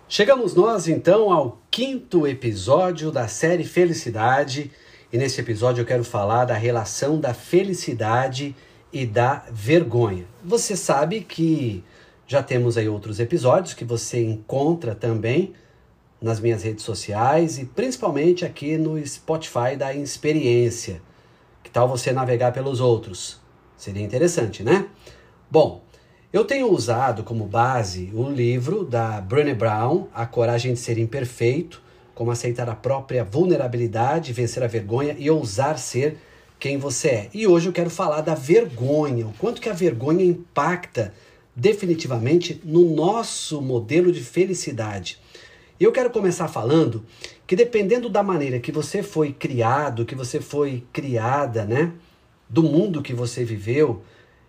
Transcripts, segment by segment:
Chegamos nós então ao quinto episódio da série Felicidade, e nesse episódio eu quero falar da relação da felicidade e da vergonha. Você sabe que já temos aí outros episódios que você encontra também nas minhas redes sociais e principalmente aqui no Spotify da Experiência. Que tal você navegar pelos outros? Seria interessante, né? Bom, eu tenho usado como base o livro da Brené Brown, A Coragem de Ser Imperfeito, como aceitar a própria vulnerabilidade, vencer a vergonha e ousar ser quem você é. E hoje eu quero falar da vergonha, o quanto que a vergonha impacta definitivamente no nosso modelo de felicidade. E eu quero começar falando que dependendo da maneira que você foi criado, que você foi criada, né, do mundo que você viveu,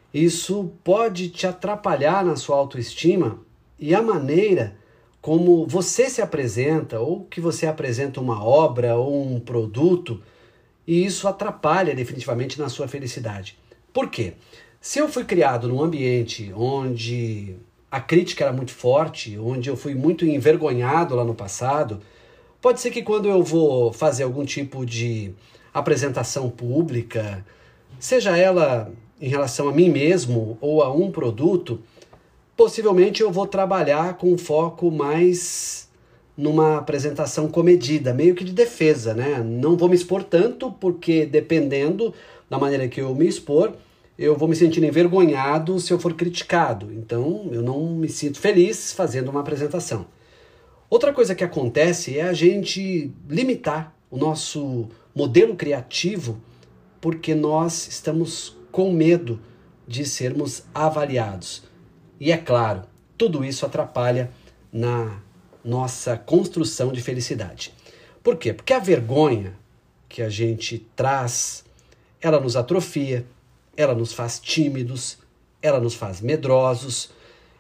isso pode te atrapalhar na sua autoestima e a maneira como você se apresenta ou que você apresenta uma obra ou um produto, e isso atrapalha definitivamente na sua felicidade. Por quê? Se eu fui criado num ambiente onde a crítica era muito forte, onde eu fui muito envergonhado lá no passado, pode ser que quando eu vou fazer algum tipo de apresentação pública, seja ela em relação a mim mesmo ou a um produto, possivelmente eu vou trabalhar com um foco mais numa apresentação comedida, meio que de defesa, né? Não vou me expor tanto, porque dependendo da maneira que eu me expor, eu vou me sentir envergonhado se eu for criticado. Então, eu não me sinto feliz fazendo uma apresentação. Outra coisa que acontece é a gente limitar o nosso modelo criativo porque nós estamos com medo de sermos avaliados. E é claro, tudo isso atrapalha na nossa construção de felicidade. Por quê? Porque a vergonha que a gente traz, ela nos atrofia, ela nos faz tímidos, ela nos faz medrosos.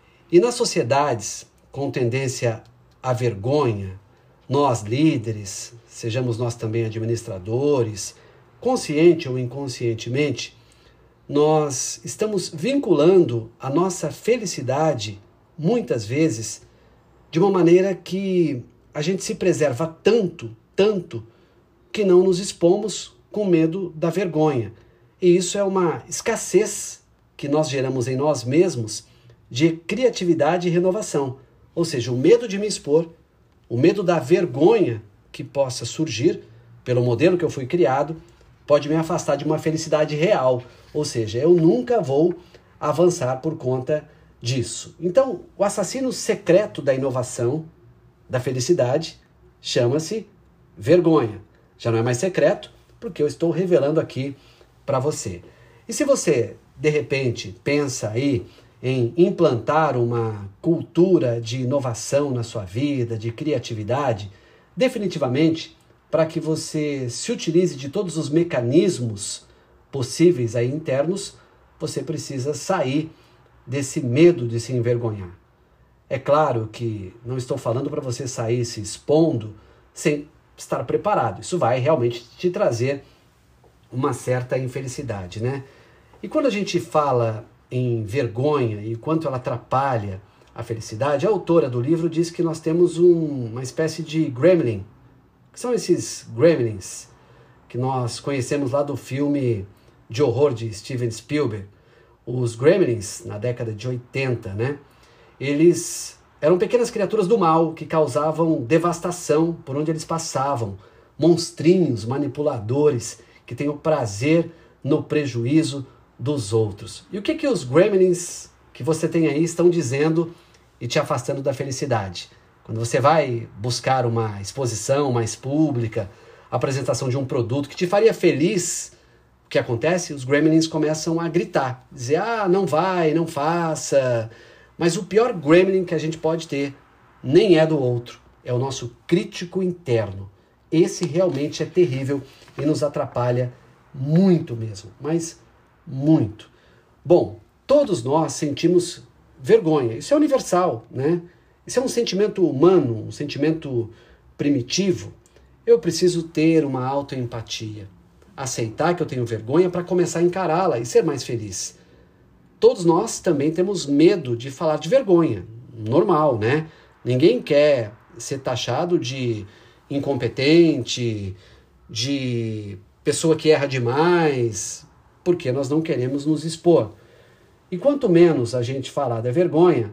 E nas sociedades com tendência à vergonha, nós líderes, sejamos nós também administradores, consciente ou inconscientemente, nós estamos vinculando a nossa felicidade, muitas vezes, de uma maneira que a gente se preserva tanto, que não nos expomos com medo da vergonha. E isso é uma escassez que nós geramos em nós mesmos de criatividade e renovação. Ou seja, o medo de me expor, o medo da vergonha que possa surgir pelo modelo que eu fui criado, pode me afastar de uma felicidade real. Ou seja, eu nunca vou avançar por conta disso. Então, o assassino secreto da inovação, da felicidade, chama-se vergonha. Já não é mais secreto, porque eu estou revelando aqui para você. E se você, de repente, pensa aí em implantar uma cultura de inovação na sua vida, de criatividade, definitivamente, para que você se utilize de todos os mecanismos possíveis aí internos, você precisa sair desse medo de se envergonhar. É claro que não estou falando para você sair se expondo sem estar preparado. Isso vai realmente te trazer uma certa infelicidade, né? E quando a gente fala em vergonha e quanto ela atrapalha a felicidade, a autora do livro diz que nós temos uma espécie de gremlin, que são esses gremlins que nós conhecemos lá do filme de horror de Steven Spielberg. Os gremlins, na década de 80, né? Eles eram pequenas criaturas do mal que causavam devastação por onde eles passavam. Monstrinhos, manipuladores, que têm o prazer no prejuízo dos outros. E o que os gremlins que você tem aí estão dizendo e te afastando da felicidade? Quando você vai buscar uma exposição mais pública, apresentação de um produto que te faria feliz, o que acontece? Os gremlins começam a gritar, dizer, não vai, não faça. Mas o pior gremlin que a gente pode ter nem é do outro, é o nosso crítico interno. Esse realmente é terrível e nos atrapalha muito mesmo, mas muito. Bom, todos nós sentimos vergonha, isso é universal, né? Isso é um sentimento humano, um sentimento primitivo. Eu preciso ter uma autoempatia, aceitar que eu tenho vergonha para começar a encará-la e ser mais feliz. Todos nós também temos medo de falar de vergonha, normal, né? Ninguém quer ser taxado de incompetente, de pessoa que erra demais, porque nós não queremos nos expor. E quanto menos a gente falar da vergonha,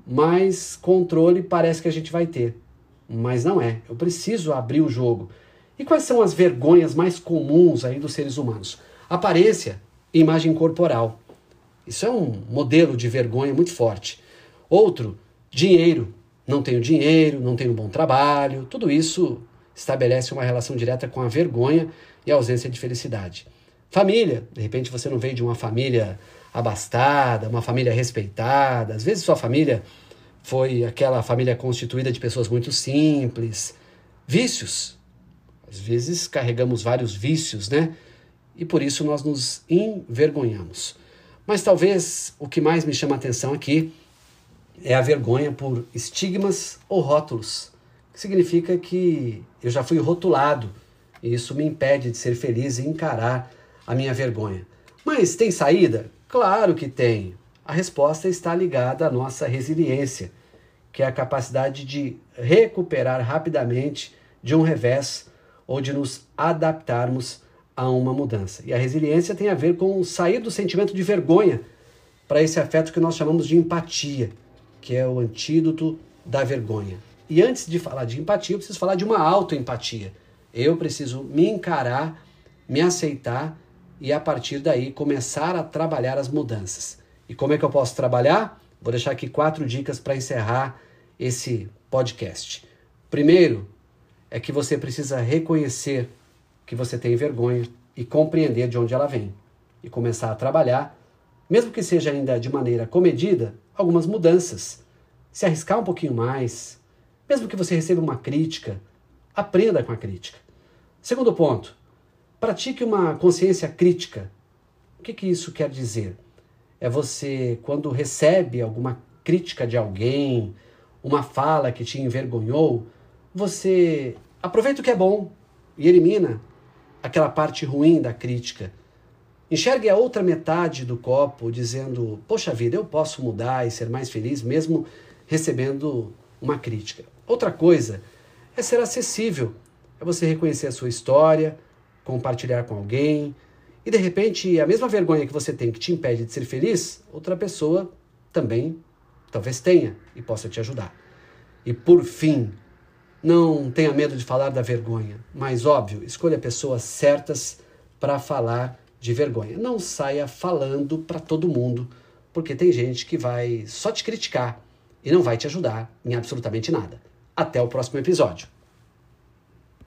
mais controle parece que a gente vai ter. Mas não é. Eu preciso abrir o jogo. E quais são as vergonhas mais comuns aí dos seres humanos? Aparência e imagem corporal. Isso é um modelo de vergonha muito forte. Outro, dinheiro. Não tenho dinheiro, não tenho um bom trabalho. Tudo isso estabelece uma relação direta com a vergonha e a ausência de felicidade. Família. De repente você não veio de uma família abastada, uma família respeitada. Às vezes sua família foi aquela família constituída de pessoas muito simples. Vícios. Às vezes carregamos vários vícios, né? E por isso nós nos envergonhamos. Mas talvez o que mais me chama a atenção aqui é a vergonha por estigmas ou rótulos, que significa que eu já fui rotulado e isso me impede de ser feliz e encarar a minha vergonha. Mas tem saída? Claro que tem. A resposta está ligada à nossa resiliência, que é a capacidade de recuperar rapidamente de um revés ou de nos adaptarmos a uma mudança. E a resiliência tem a ver com sair do sentimento de vergonha para esse afeto que nós chamamos de empatia, que é o antídoto da vergonha. E antes de falar de empatia, eu preciso falar de uma autoempatia. Eu preciso me encarar, me aceitar e a partir daí começar a trabalhar as mudanças. E como é que eu posso trabalhar? Vou deixar aqui 4 dicas para encerrar esse podcast. Primeiro, é que você precisa reconhecer que você tem vergonha e compreender de onde ela vem. E começar a trabalhar, mesmo que seja ainda de maneira comedida, algumas mudanças. Se arriscar um pouquinho mais, mesmo que você receba uma crítica, aprenda com a crítica. Segundo ponto, pratique uma consciência crítica. O que isso quer dizer? É você, quando recebe alguma crítica de alguém, uma fala que te envergonhou, você aproveita o que é bom e elimina aquela parte ruim da crítica. Enxergue a outra metade do copo dizendo, poxa vida, eu posso mudar e ser mais feliz mesmo recebendo uma crítica. Outra coisa é ser acessível, é você reconhecer a sua história, compartilhar com alguém e de repente a mesma vergonha que você tem que te impede de ser feliz, outra pessoa também talvez tenha e possa te ajudar. E por fim, não tenha medo de falar da vergonha, mas óbvio, escolha pessoas certas para falar de vergonha. Não saia falando para todo mundo, porque tem gente que vai só te criticar e não vai te ajudar em absolutamente nada. Até o próximo episódio.